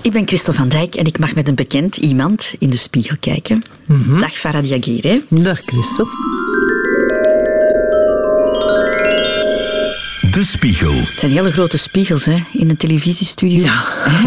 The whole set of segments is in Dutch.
Ik ben Christel van Dijk en ik mag met een bekend iemand in de spiegel kijken. Mm-hmm. Dag Farah Diaguirre. Dag Christel. De Spiegel. Het zijn hele grote spiegels in een televisiestudio. Ja.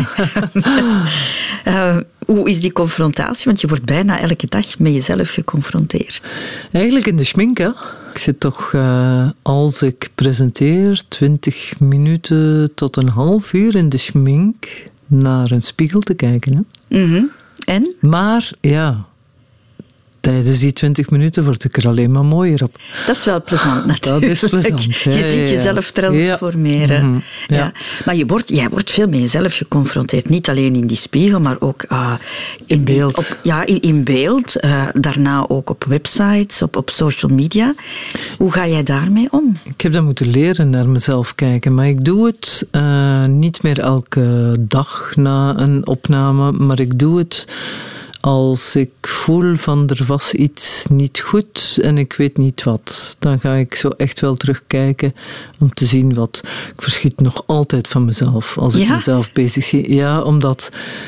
Hoe is die confrontatie? Want je wordt bijna elke dag met jezelf geconfronteerd. Eigenlijk in de schmink, hè. Ik zit toch, als ik presenteer, 20 minuten tot een half uur in de schmink naar een spiegel te kijken. Hè. Mm-hmm. En? Maar, ja... Tijdens die 20 minuten word ik er alleen maar mooier op. Dat is wel plezant natuurlijk. Dat is plezant. Je ziet jezelf transformeren. Ja. Mm-hmm. Ja. Maar jij wordt veel met jezelf geconfronteerd. Niet alleen in die spiegel, maar ook in beeld. In beeld. Daarna ook op websites, op social media. Hoe ga jij daarmee om? Ik heb dat moeten leren, naar mezelf kijken. Maar ik doe het niet meer elke dag na een opname. Maar ik doe het... Als ik voel van er was iets niet goed en ik weet niet wat, dan ga ik zo echt wel terugkijken om te zien wat. Ik verschiet nog altijd van mezelf als ik mezelf bezig zie. Ja, omdat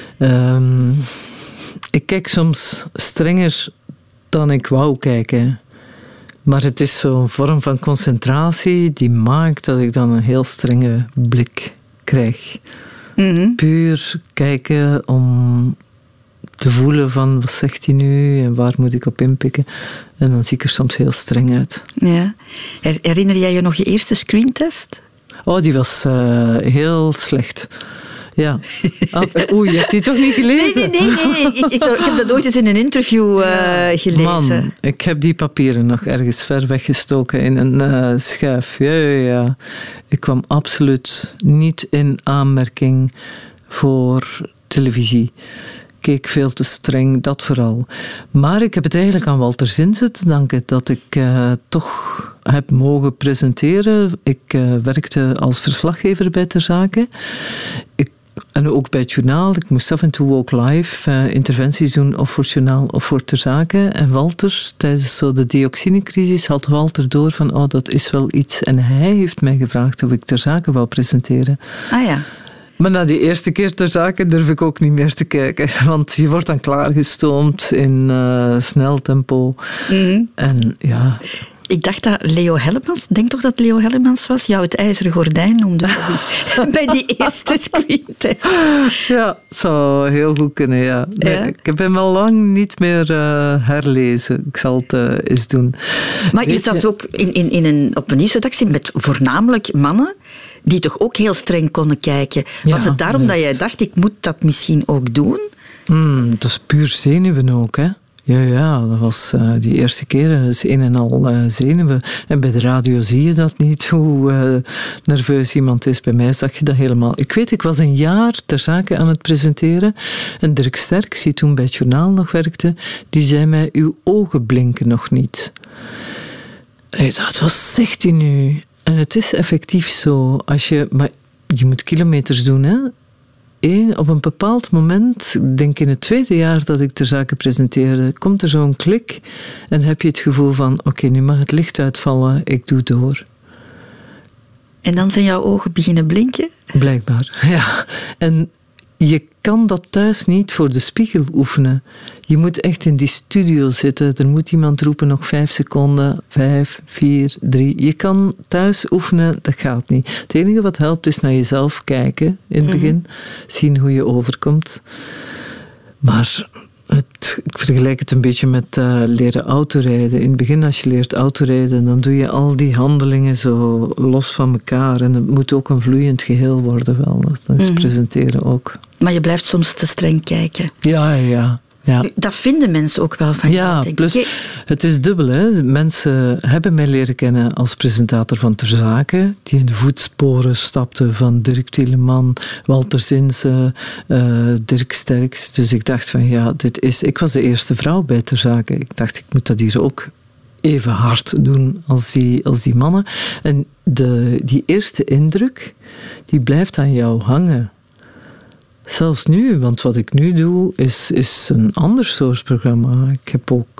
ik kijk soms strenger dan ik wou kijken. Maar het is zo'n vorm van concentratie die maakt dat ik dan een heel strenge blik krijg. Mm-hmm. Puur kijken om... te voelen van, wat zegt hij nu en waar moet ik op inpikken. En dan zie ik er soms heel streng uit. Ja. Herinner jij je nog je eerste screentest? Oh, die was heel slecht. Ja. Oei, je hebt die toch niet gelezen? Nee. Ik heb dat ooit eens in een interview gelezen. Man, ik heb die papieren nog ergens ver weggestoken in een schuif. Ja. Ik kwam absoluut niet in aanmerking voor televisie. Keek veel te streng, dat vooral. Maar ik heb het eigenlijk aan Walter Zinse te danken dat ik toch heb mogen presenteren. Ik werkte als verslaggever bij Ter Zake. En ook bij het journaal. Ik moest af en toe ook live interventies doen, of voor het journaal of voor Ter Zake. En Walter, tijdens zo de dioxinecrisis, had Walter door van, dat is wel iets. En hij heeft mij gevraagd of ik Ter Zake wou presenteren. Ah ja. Maar na die eerste keer Ter Zake durf ik ook niet meer te kijken. Want je wordt dan klaargestoomd in snel tempo. Mm-hmm. En ja... Ik dacht dat Leo Hellemans, denk toch dat Leo Hellemans was, jou het ijzeren gordijn noemde bij die eerste screentest. Ja, zou heel goed kunnen, ja. Nee, ja. Ik heb hem al lang niet meer herlezen. Ik zal het eens doen. Maar je zat ook op een nieuwsredactie met voornamelijk mannen die toch ook heel streng konden kijken. Was het daarom dat jij dacht, ik moet dat misschien ook doen? Dat is puur zenuwen ook, hè. Ja, dat was die eerste keer. Dat is een en al zenuwen. En bij de radio zie je dat niet, hoe nerveus iemand is. Bij mij zag je dat helemaal. Ik was een jaar Ter Zake aan het presenteren. En Dirk Sterk, die toen bij het journaal nog werkte, die zei mij, uw ogen blinken nog niet. En ik dacht, wat zegt hij nu? En het is effectief zo. Maar je moet kilometers doen, hè. Op een bepaald moment, ik denk in het tweede jaar dat ik Ter Zake presenteerde, komt er zo'n klik en heb je het gevoel van, oké, nu mag het licht uitvallen, ik doe door. En dan zijn jouw ogen beginnen blinken? Blijkbaar, ja. En je kan dat thuis niet voor de spiegel oefenen. Je moet echt in die studio zitten. Er moet iemand roepen, nog 5 seconden. 5, 4, 3. Je kan thuis oefenen, dat gaat niet. Het enige wat helpt is naar jezelf kijken in het begin. Zien hoe je overkomt. Maar ik vergelijk het een beetje met leren autorijden. In het begin, als je leert autorijden, dan doe je al die handelingen zo los van elkaar. En het moet ook een vloeiend geheel worden wel. Dat is presenteren ook. Maar je blijft soms te streng kijken. Ja. Dat vinden mensen ook wel van jou, denk plus, ik. Het is dubbel, hè. Mensen hebben mij leren kennen als presentator van Ter Zake, die in de voetsporen stapte van Dirk Tieleman, Walter Zinse, Dirk Sterks. Dus ik dacht van, ik was de eerste vrouw bij Ter Zake. Ik dacht, ik moet dat hier ook even hard doen als die mannen. En die eerste indruk, die blijft aan jou hangen. Zelfs nu, want wat ik nu doe, is een ander soort programma. Ik heb ook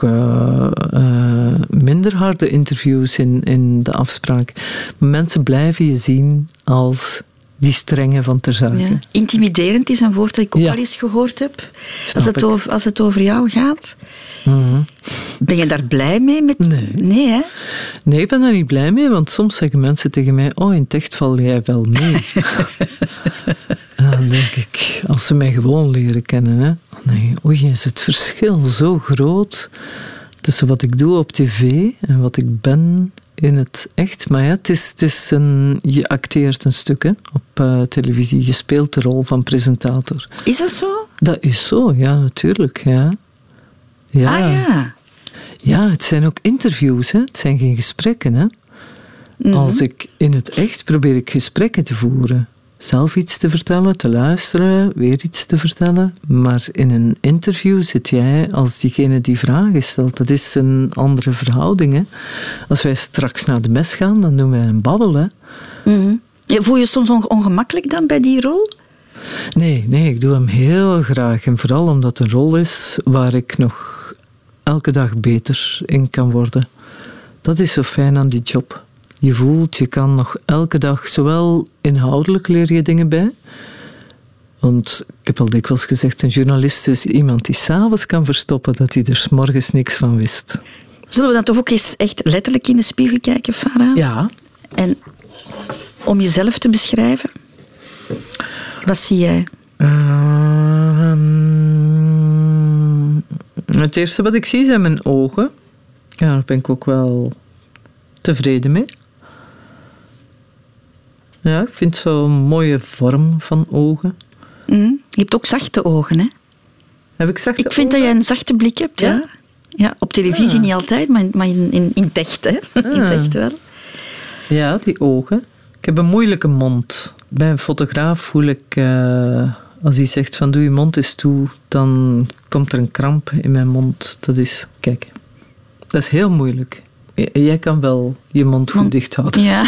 minder harde interviews in de afspraak. Mensen blijven je zien als die strenge van ter zake. Ja. Intimiderend is een woord dat ik ook wel eens gehoord heb. Als het over jou gaat. Mm-hmm. Ben je daar blij mee? Nee, hè? Nee, ik ben daar niet blij mee, want soms zeggen mensen tegen mij, in het echt val jij wel mee. En dan denk ik, als ze mij gewoon leren kennen, hè, nee, oei, is het verschil zo groot tussen wat ik doe op tv en wat ik ben in het echt. Maar ja, het is je acteert een stuk hè, op televisie. Je speelt de rol van presentator. Is dat zo? Dat is zo, ja, natuurlijk. Ja. Ja. Ah ja. Ja, het zijn ook interviews, hè. Het zijn geen gesprekken. Hè. Mm-hmm. Als ik in het echt probeer ik gesprekken te voeren. Zelf iets te vertellen, te luisteren, weer iets te vertellen. Maar in een interview zit jij als diegene die vragen stelt. Dat is een andere verhouding. Hè. Als wij straks naar de mes gaan, dan doen wij een babbel. Hè. Mm-hmm. Voel je soms ongemakkelijk dan bij die rol? Nee, ik doe hem heel graag. En vooral omdat het een rol is waar ik nog elke dag beter in kan worden. Dat is zo fijn aan die job. Je voelt, je kan nog elke dag, zowel inhoudelijk leer je dingen bij. Want ik heb al dikwijls gezegd, een journalist is iemand die 's avonds kan verstoppen dat hij er 's morgens niks van wist. Zullen we dan toch ook eens echt letterlijk in de spiegel kijken, Farah? Ja. En om jezelf te beschrijven, wat zie jij? Het eerste wat ik zie zijn mijn ogen. Ja, daar ben ik ook wel tevreden mee. Ja, ik vind zo'n mooie vorm van ogen. Je hebt ook zachte ogen, hè? Heb ik zachte ogen? Ik vind dat jij een zachte blik hebt, ja. Ja, op televisie niet altijd, maar in het echt, hè? In het echt wel. Ja, die ogen. Ik heb een moeilijke mond. Bij een fotograaf voel ik... als hij zegt van doe je mond eens toe, dan komt er een kramp in mijn mond. Dat is... Kijk, dat is heel moeilijk. Jij kan wel je mond goed dicht houden. Ja.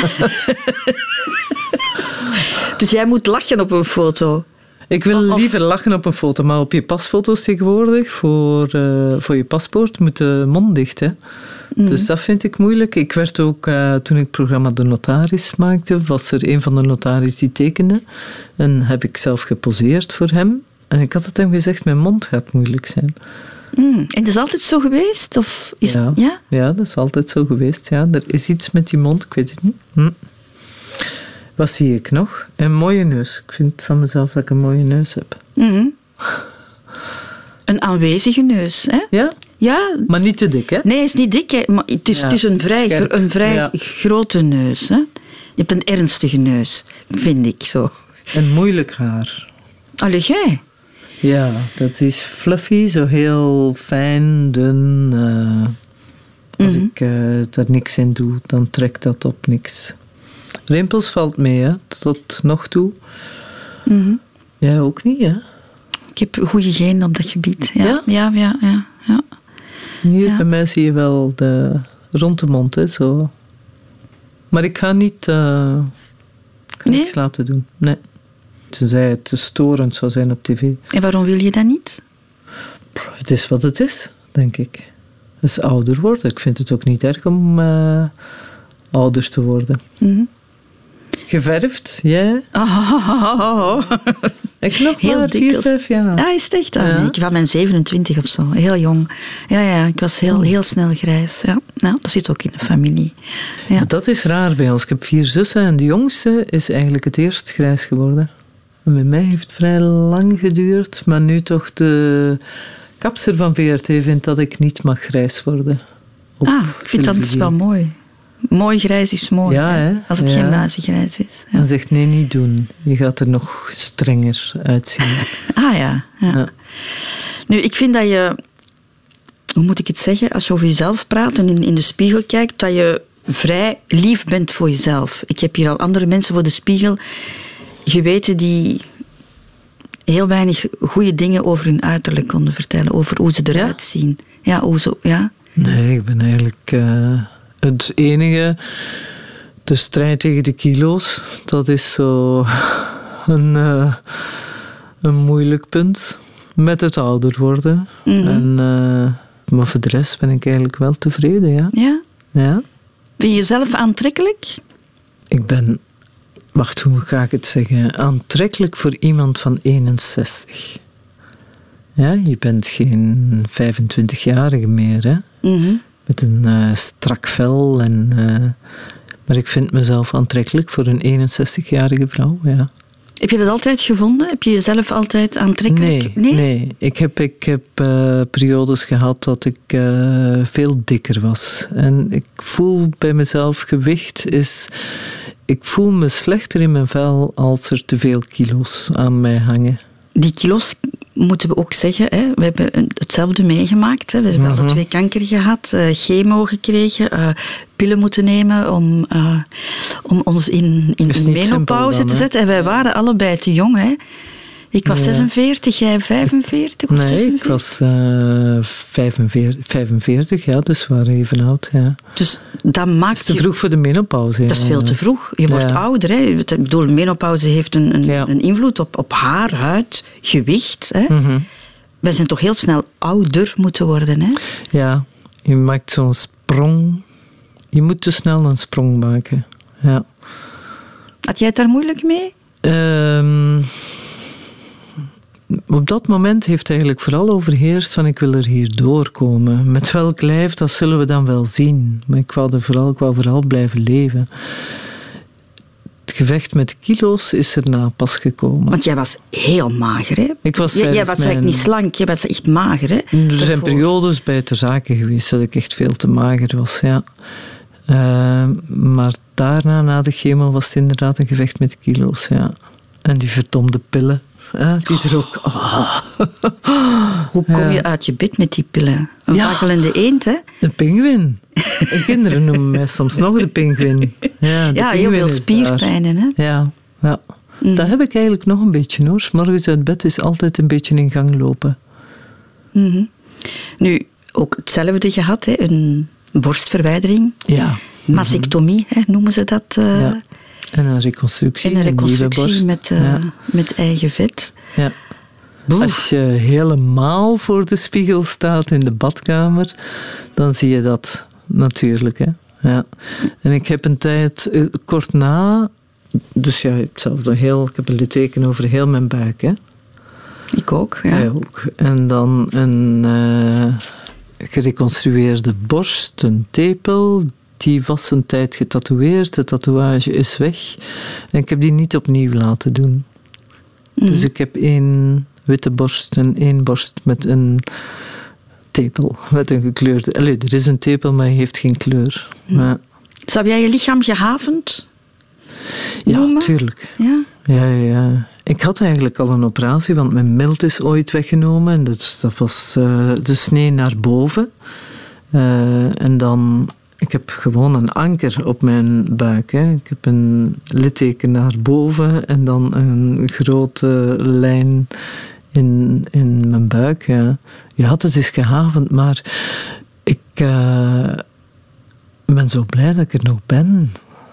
Dus jij moet lachen op een foto? Ik wil liever lachen op een foto, maar op je pasfoto's tegenwoordig, voor je paspoort, moet de mond dicht. Hè? Dus dat vind ik moeilijk. Ik werd ook, toen ik het programma De Notaris maakte, was er een van de notaris die tekende. En heb ik zelf geposeerd voor hem. En ik had het hem gezegd, mijn mond gaat moeilijk zijn. En dat is altijd zo geweest? Of is ja, dat is altijd zo geweest. Ja. Er is iets met die mond, ik weet het niet. Wat zie ik nog? Een mooie neus. Ik vind van mezelf dat ik een mooie neus heb. Een aanwezige neus, hè? Ja? Ja. Maar niet te dik, hè? Nee, het is niet dik, hè? Maar het is een vrij grote neus, hè? Je hebt een ernstige neus, vind ik zo. En moeilijk haar. Allee, jij? Ja, dat is fluffy, zo heel fijn, dun. Als ik daar niks in doe, dan trekt dat op niks. Rimpels valt mee, hè, tot nog toe. Jij ook niet, hè? Ik heb goede genen op dat gebied. Ja? Ja. Hier bij mij zie je wel rond de mond, hè, zo. Maar ik ga niet niks laten doen. Nee. Tenzij het te storend zou zijn op tv. En waarom wil je dat niet? Het is wat het is, denk ik. Het is ouder worden. Ik vind het ook niet erg om ouder te worden. Geverfd, jij? Ik nog heel maar 4, 5 jaar. Ja, is het echt? Nee, ik was mijn 27 of zo. Heel jong. Ja, ik was heel snel grijs. Ja. Nou, dat zit ook in de familie. Ja. Dat is raar bij ons. Ik heb 4 zussen en de jongste is eigenlijk het eerst grijs geworden. En bij mij heeft het vrij lang geduurd, maar nu toch de kapster van VRT vindt dat ik niet mag grijs worden. Ik vind dat wel mooi. Mooi grijs is mooi, hè? Als het geen muizengrijs is. Ja. Dan zegt nee, niet doen. Je gaat er nog strenger uitzien. Ja. Nu, ik vind dat je... Hoe moet ik het zeggen? Als je over jezelf praat en in de spiegel kijkt, dat je vrij lief bent voor jezelf. Ik heb hier al andere mensen voor de spiegel geweten die heel weinig goede dingen over hun uiterlijk konden vertellen. Over hoe ze eruit zien. Ja. Nee, ik ben eigenlijk... Het enige, de strijd tegen de kilo's, dat is zo een moeilijk punt met het ouder worden. Maar voor de rest ben ik eigenlijk wel tevreden, ja. Ja? Vind je jezelf aantrekkelijk? Ik ben Wacht, hoe ga ik het zeggen? Aantrekkelijk voor iemand van 61. Ja, je bent geen 25-jarige meer, hè? Mm-hmm. Met een strak vel. Maar ik vind mezelf aantrekkelijk voor een 61-jarige vrouw, ja. Heb je dat altijd gevonden? Heb je jezelf altijd aantrekkelijk? Nee. Ik heb periodes gehad dat ik veel dikker was. En ik voel bij mezelf gewicht is... Ik voel me slechter in mijn vel als er te veel kilo's aan mij hangen. Die kilo's, moeten we ook zeggen, hè? We hebben hetzelfde meegemaakt. Hè? We hebben alle 2 kanker gehad, chemo gekregen, pillen moeten nemen om ons in menopauze te zetten. En wij waren allebei te jong, hè? Ik was 46, jij 45 of 46? Nee, ik was 45, ja, dus we waren even oud. Ja. Dus dat maakt het is te vroeg voor de menopauze. Dat is veel te vroeg. Je wordt ouder. Hè. Ik bedoel, menopauze heeft een invloed op haar, huid, gewicht. Hè. Mm-hmm. Wij zijn toch heel snel ouder moeten worden. Hè. Ja, je maakt zo'n sprong. Je moet te snel een sprong maken. Ja. Had jij het daar moeilijk mee? Op dat moment heeft eigenlijk vooral overheerst van ik wil er hier doorkomen. Met welk lijf, dat zullen we dan wel zien. Maar ik wou vooral blijven leven. Het gevecht met de kilo's is erna pas gekomen. Want jij was heel mager, hè? Jij was eigenlijk niet slank, jij was echt mager, hè? Er zijn periodes bij ter zake geweest dat ik echt veel te mager was, ja. Maar daarna, na de chemo, was het inderdaad een gevecht met de kilo's, ja. En die verdomde pillen. Ja, die er ook... Oh. Hoe kom je uit je bed met die pillen? Een waggelende eend, hè? De pinguïn. En kinderen noemen mij soms nog de pinguïn. Ja, heel veel spierpijnen, hè? Ja. Dat heb ik eigenlijk nog een beetje, hoor. 's Morgens uit bed is altijd een beetje in gang lopen. Mm-hmm. Nu, ook hetzelfde gehad, hè? Een borstverwijdering. Ja. Mastectomie, hè, noemen ze dat. Ja. En een reconstructie. En een reconstructie borst. met eigen vet. Ja. Als je helemaal voor de spiegel staat in de badkamer, dan zie je dat natuurlijk. Hè? Ja. En ik heb een tijd, kort na, dus ja, hetzelfde, ik heb een litteken over heel mijn buik. Hè? Ik ook, ja. Hij ook. En dan een gereconstrueerde borst, een tepel. Die was een tijd getatoeëerd, de tatoeage is weg. En ik heb die niet opnieuw laten doen. Dus ik heb 1 witte borst en 1 borst met een tepel. Met een gekleurde... er is een tepel, maar hij heeft geen kleur. Ja. Zou jij je lichaam gehavend noemen? Ja, tuurlijk. Ja? Ja. Ik had eigenlijk al een operatie, want mijn milt is ooit weggenomen. En dat was de snee naar boven. En dan... Ik heb gewoon een anker op mijn buik. Hè. Ik heb een litteken naar boven en dan een grote lijn in mijn buik. Ja, het is gehavend, maar ik ben zo blij dat ik er nog ben.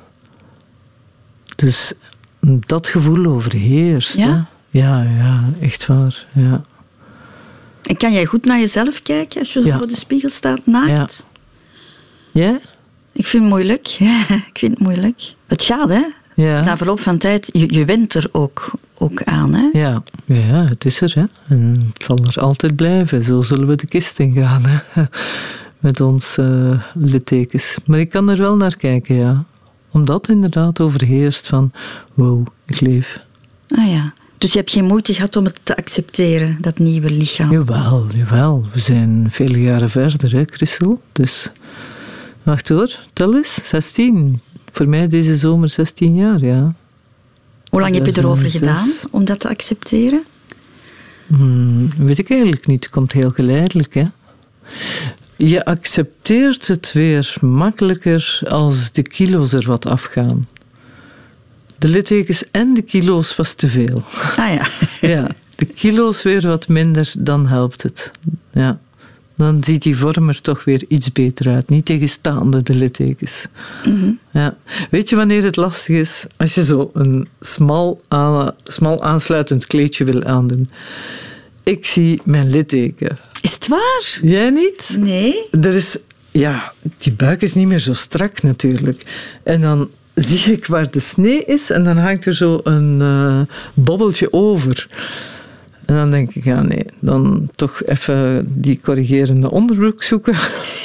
Dus dat gevoel overheerst. Ja? Hè. Ja, echt waar. Ja. En kan jij goed naar jezelf kijken als je zo voor de spiegel staat, naakt? Ja. Ja? Ik vind het moeilijk. Ik vind het moeilijk. Het gaat, hè? Ja. Na verloop van tijd, je went er ook aan, hè? Ja, het is er, hè. En het zal er altijd blijven. Zo zullen we de kist ingaan, hè. Met ons littekens. Maar ik kan er wel naar kijken, ja. Omdat inderdaad overheerst van... Wow, ik leef. Ah ja. Dus je hebt geen moeite gehad om het te accepteren, dat nieuwe lichaam? Jawel. We zijn vele jaren verder, hè, Christel. Dus... Wacht hoor, tel eens. 16. Voor mij deze zomer 16 jaar, ja. Hoe lang heb je erover gedaan om dat te accepteren? Weet ik eigenlijk niet. Het komt heel geleidelijk, hè. Je accepteert het weer makkelijker als de kilo's er wat afgaan. De littekens en de kilo's was te veel. Ah ja. Ja, de kilo's weer wat minder, dan helpt het. Ja. Dan ziet die vorm er toch weer iets beter uit. Niet tegenstaande de littekens. Mm-hmm. Ja. Weet je wanneer het lastig is? Als je zo een smal aansluitend kleedje wil aandoen. Ik zie mijn litteken. Is het waar? Jij niet? Nee. Die buik is niet meer zo strak natuurlijk. En dan zie ik waar de snee is en dan hangt er zo een bobbeltje over. En dan denk ik, ja nee, dan toch even die corrigerende onderbroek zoeken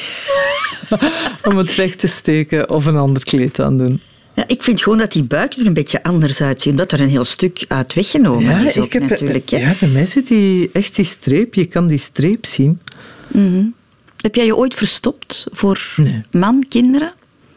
om het weg te steken of een ander kleed aan doen. Ja, ik vind gewoon dat die buik er een beetje anders uitziet, omdat er een heel stuk uit weggenomen is ook natuurlijk. Ja, bij mij zit echt die streep. Je kan die streep zien. Mm-hmm. Heb jij je ooit verstopt voor man, kinderen?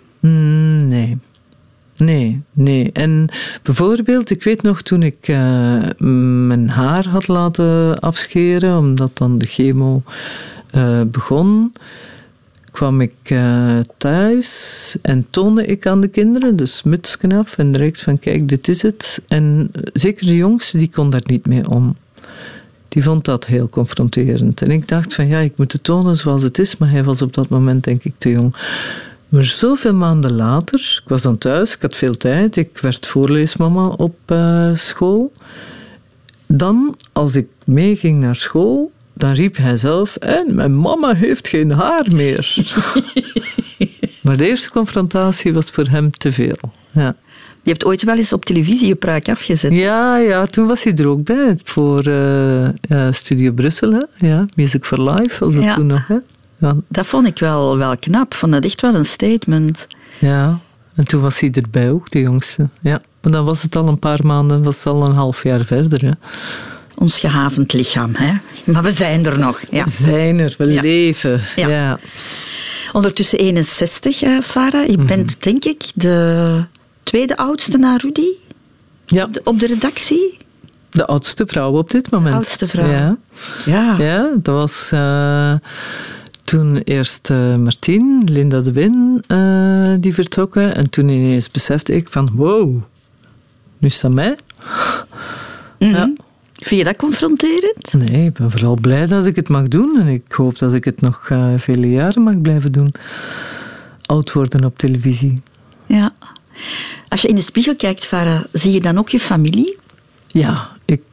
Nee. En bijvoorbeeld, ik weet nog toen ik mijn haar had laten afscheren, omdat dan de chemo begon, kwam ik thuis en toonde ik aan de kinderen, dus mutsken af en direct van kijk, dit is het. En zeker de jongste, die kon daar niet mee om. Die vond dat heel confronterend. En ik dacht van ja, ik moet het tonen zoals het is, maar hij was op dat moment denk ik te jong. Maar zoveel maanden later, ik was dan thuis, ik had veel tijd, ik werd voorleesmama op school. Dan, als ik meeging naar school, dan riep hij zelf, en mijn mama heeft geen haar meer. Maar de eerste confrontatie was voor hem te veel. Ja. Je hebt ooit wel eens op televisie je pruik afgezet. Ja, toen was hij er ook bij, voor Studio Brussel. Hè? Ja, Music for Life was het toen nog. Hè? Ja. Dat vond ik wel knap. Vond dat echt wel een statement. Ja, en toen was hij erbij ook, de jongste. Ja. Maar dan was het al een paar maanden, was het al een half jaar verder. Hè. Ons gehavend lichaam, hè. Maar we zijn er nog. Ja. We zijn er, we leven. Ja. Ja. Ondertussen 61, Farah. Je bent, denk ik, de tweede oudste na Rudy? Ja. Op de redactie? De oudste vrouw op dit moment. De oudste vrouw. Ja, dat was toen eerst Martien, Linda de Win, die vertrokken. En toen ineens besefte ik van, wow, nu is dat mij. Mm-hmm. Ja. Vind je dat confronterend? Nee, ik ben vooral blij dat ik het mag doen. En ik hoop dat ik het nog vele jaren mag blijven doen. Oud worden op televisie. Ja. Als je in de spiegel kijkt, Farah, zie je dan ook je familie? Ja, ik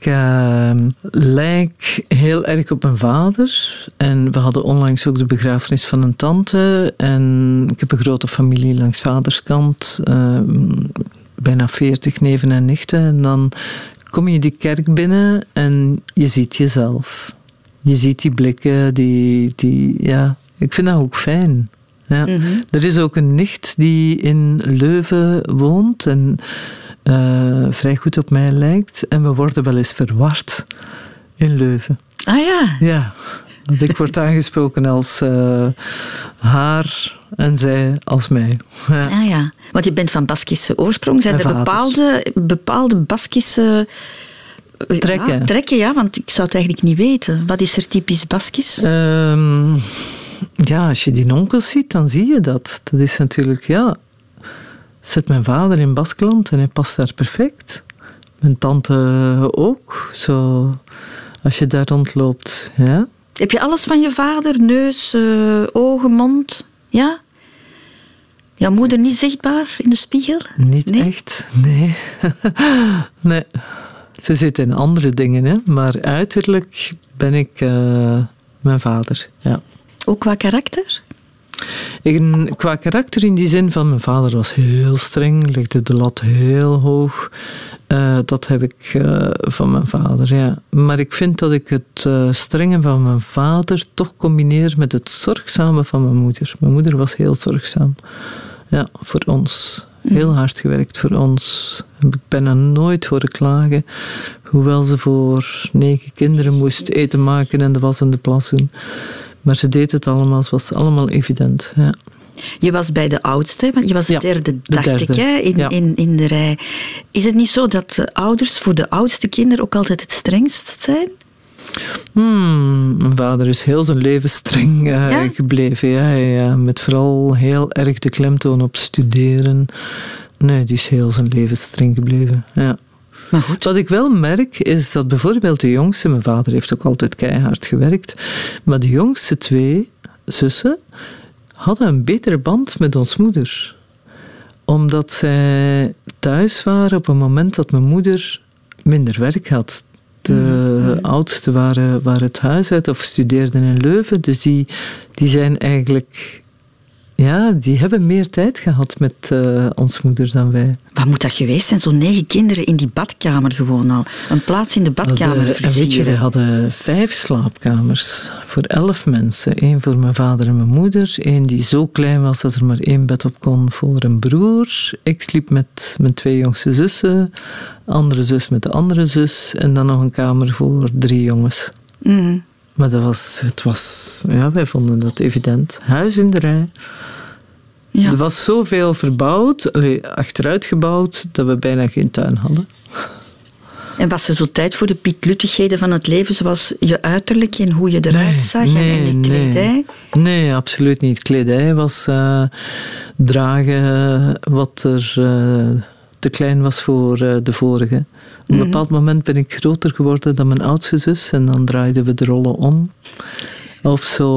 lijk heel erg op mijn vader. En we hadden onlangs ook de begrafenis van een tante. En ik heb een grote familie langs vaderskant. Bijna 40 neven en nichten. En dan kom je die kerk binnen en je ziet jezelf. Je ziet die blikken, ja. Ik vind dat ook fijn. Ja. Mm-hmm. Er is ook een nicht die in Leuven woont en vrij goed op mij lijkt. En we worden wel eens verward in Leuven. Ah ja? Ja, want ik word aangesproken als haar en zij als mij. Ja. Ah ja, want je bent van Baskische oorsprong. Zijn er bepaalde Baskische trekken? Ja, want ik zou het eigenlijk niet weten. Wat is er typisch Baskisch? Ja, als je die onkels ziet, dan zie je dat. Dat is natuurlijk, ja... Zit mijn vader in Baskeland en hij past daar perfect. Mijn tante ook. Zo, als je daar rondloopt, ja. Heb je alles van je vader? Neus, ogen, mond? Ja? Jouw moeder niet zichtbaar in de spiegel? Niet echt, nee. Nee. Ze zit in andere dingen, hè. Maar uiterlijk ben ik mijn vader, ja. Ook qua karakter? Qua karakter in die zin van mijn vader was heel streng, legde de lat heel hoog. Dat heb ik van mijn vader, ja. Maar ik vind dat ik het strenge van mijn vader toch combineer met het zorgzame van mijn moeder. Mijn moeder was heel zorgzaam. Ja, voor ons. Heel hard gewerkt voor ons. Ik ben er nooit horen klagen. Hoewel ze voor 9 kinderen moest eten maken en de was en de plas doen. Maar ze deed het allemaal, het was allemaal evident. Ja. Je was bij de oudste, want je was de derde, dacht ik, hè, in de rij. Is het niet zo dat de ouders voor de oudste kinderen ook altijd het strengst zijn? Mijn vader is heel zijn leven streng gebleven. Ja, met vooral heel erg de klemtoon op studeren. Nee, die is heel zijn leven streng gebleven. Ja. Maar goed. Wat ik wel merk, is dat bijvoorbeeld de jongste... Mijn vader heeft ook altijd keihard gewerkt. Maar de jongste 2 zussen hadden een betere band met ons moeder. Omdat zij thuis waren op een moment dat mijn moeder minder werk had. De oudste waren het huis uit of studeerden in Leuven. Dus die zijn eigenlijk Ja, die hebben meer tijd gehad met ons moeder dan wij. Wat moet dat geweest zijn? Zo'n 9 kinderen in die badkamer gewoon al. Een plaats in de badkamer versieren. En weet je, we hadden 5 slaapkamers voor 11 mensen. 1 voor mijn vader en mijn moeder. 1 die zo klein was dat er maar 1 bed op kon voor een broer. Ik sliep met mijn 2 jongste zussen. Andere zus met de andere zus. En dan nog een kamer voor 3 jongens. Mm. Maar wij vonden dat evident. Huis in de rij. Ja. Er was zoveel verbouwd, achteruit gebouwd, dat we bijna geen tuin hadden. En was er zo tijd voor de pietluttigheden van het leven, zoals je uiterlijk en hoe je eruit zag en de kledij? Nee, absoluut niet. Kledij was dragen wat er te klein was voor de vorige. Op een bepaald moment ben ik groter geworden dan mijn oudste zus en dan draaiden we de rollen om. Of zo,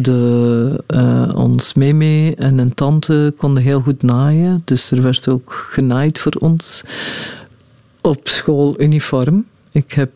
ons meme en een tante konden heel goed naaien. Dus er werd ook genaaid voor ons. Op school uniform. Ik heb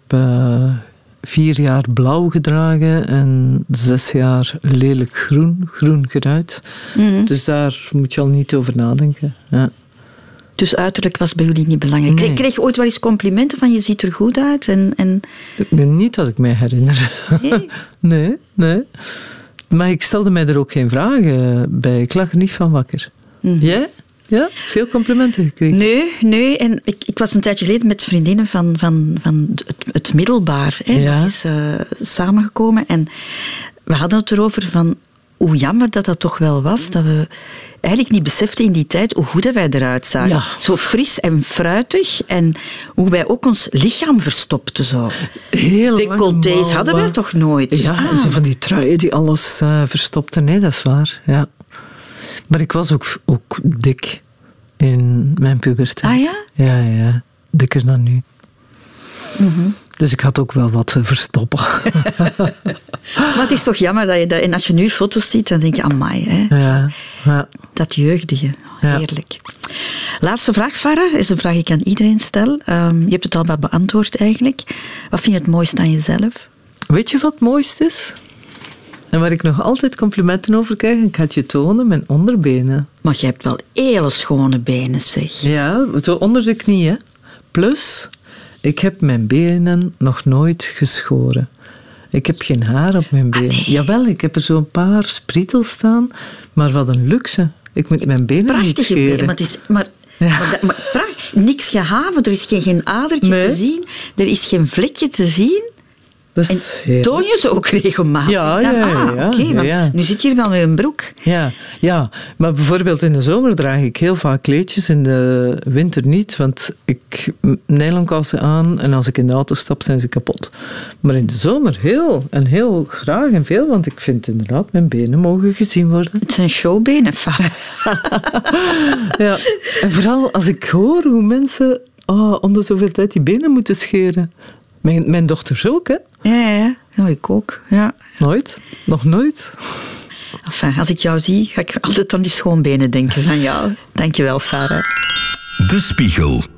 4 jaar blauw gedragen en 6 jaar lelijk groen geruit. Mm-hmm. Dus daar moet je al niet over nadenken. Ja. Dus uiterlijk was bij jullie niet belangrijk. Nee. Kreeg je ooit wel eens complimenten van je ziet er goed uit? En... Niet dat ik mij herinner. Nee? Nee. Maar ik stelde mij er ook geen vragen bij. Ik lag er niet van wakker. Mm-hmm. Jij? Ja? Veel complimenten gekregen? Nee. En ik was een tijdje geleden met vriendinnen van het middelbaar. Ja. Is samengekomen. En we hadden het erover van hoe jammer dat toch wel was. Dat we eigenlijk niet beseften in die tijd hoe goed wij eruit zagen. Ja. Zo fris en fruitig. En hoe wij ook ons lichaam verstopten. Zo. Heel decolletés hadden wij toch nooit? Ja, zo van die truien die alles verstopten. Nee, dat is waar. Ja. Maar ik was ook dik in mijn puberteit. Ah ja? Ja. Dikker dan nu. Mm-hmm. Dus ik had ook wel wat te verstoppen. Maar het is toch jammer dat je dat... En als je nu foto's ziet, dan denk je, amai. Hè? Ja. Dat jeugdige. Heerlijk. Ja. Laatste vraag, Farah. Is een vraag die ik aan iedereen stel. Je hebt het al wat beantwoord eigenlijk. Wat vind je het mooiste aan jezelf? Weet je wat het mooiste is? En waar ik nog altijd complimenten over krijg, ik ga het je tonen, mijn onderbenen. Maar je hebt wel hele schone benen, zeg. Ja, zo onder de knieën. Plus, ik heb mijn benen nog nooit geschoren. Ik heb geen haar op mijn benen. Jawel, ik heb er zo'n paar sprietels staan, maar wat een luxe. Ik moet mijn benen niet scheren. Maar niks gehaven, er is geen adertje te zien, er is geen vlekje te zien. En toon je ze ook regelmatig? Ja. Nu zit je hier wel met een broek. Ja, maar bijvoorbeeld in de zomer draag ik heel vaak kleedjes, in de winter niet, want ik nylonkousen aan en als ik in de auto stap zijn ze kapot. Maar in de zomer heel graag en veel, want ik vind inderdaad mijn benen mogen gezien worden. Het zijn showbenen, Ja, en vooral als ik hoor hoe mensen om de zoveel tijd die benen moeten scheren. Mijn dochters ook, hè? Ja, ik ook. Ja. Nooit? Nog nooit? Enfin, als ik jou zie, ga ik altijd aan die schoonbenen denken van jou. Dankjewel, Farah. De Spiegel.